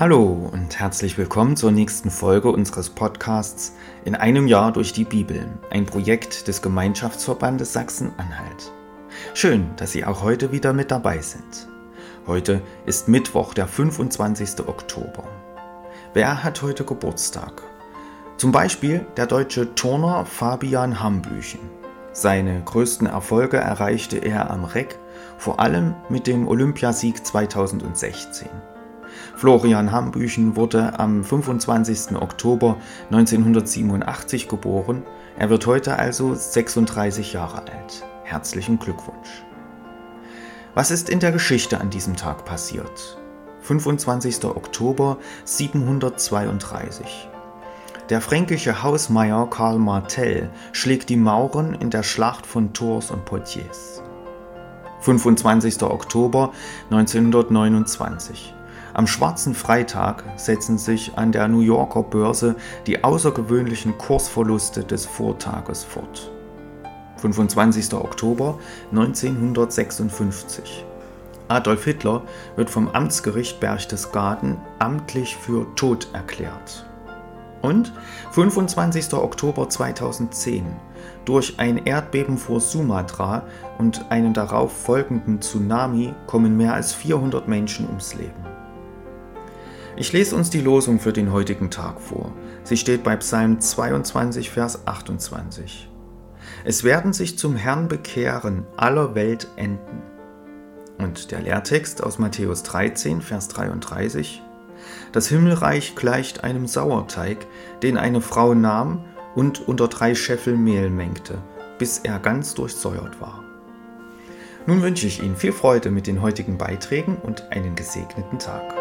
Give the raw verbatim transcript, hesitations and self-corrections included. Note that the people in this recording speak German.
Hallo und herzlich willkommen zur nächsten Folge unseres Podcasts In einem Jahr durch die Bibel, ein Projekt des Gemeinschaftsverbandes Sachsen-Anhalt. Schön, dass Sie auch heute wieder mit dabei sind. Heute ist Mittwoch, der fünfundzwanzigster Oktober. Wer hat heute Geburtstag? Zum Beispiel der deutsche Turner Fabian Hambüchen. Seine größten Erfolge erreichte er am Reck, vor allem mit dem Olympiasieg zweitausendsechzehn. Florian Hambüchen wurde am fünfundzwanzigsten Oktober neunzehnhundertsiebenundachtzig geboren. Er wird heute also sechsunddreißig Jahre alt. Herzlichen Glückwunsch. Was ist in der Geschichte an diesem Tag passiert? fünfundzwanzigster Oktober siebenhundertzweiunddreißig. Der fränkische Hausmeier Karl Martell schlägt die Mauren in der Schlacht von Tours und Poitiers. fünfundzwanzigster Oktober neunzehnhundertneunundzwanzig. Am Schwarzen Freitag setzen sich an der New Yorker Börse die außergewöhnlichen Kursverluste des Vortages fort. fünfundzwanzigster Oktober neunzehnhundertsechsundfünfzig. Adolf Hitler wird vom Amtsgericht Berchtesgaden amtlich für tot erklärt. Und fünfundzwanzigster Oktober zweitausendzehn. Durch ein Erdbeben vor Sumatra und einen darauf folgenden Tsunami kommen mehr als vierhundert Menschen ums Leben. Ich lese uns die Losung für den heutigen Tag vor. Sie steht bei Psalm zweiundzwanzig, Vers achtundzwanzig. Es werden sich zum Herrn bekehren aller Welt Enden. Und der Lehrtext aus Matthäus dreizehn, Vers dreiunddreißig. Das Himmelreich gleicht einem Sauerteig, den eine Frau nahm und unter drei Scheffel Mehl mengte, bis er ganz durchsäuert war. Nun wünsche ich Ihnen viel Freude mit den heutigen Beiträgen und einen gesegneten Tag.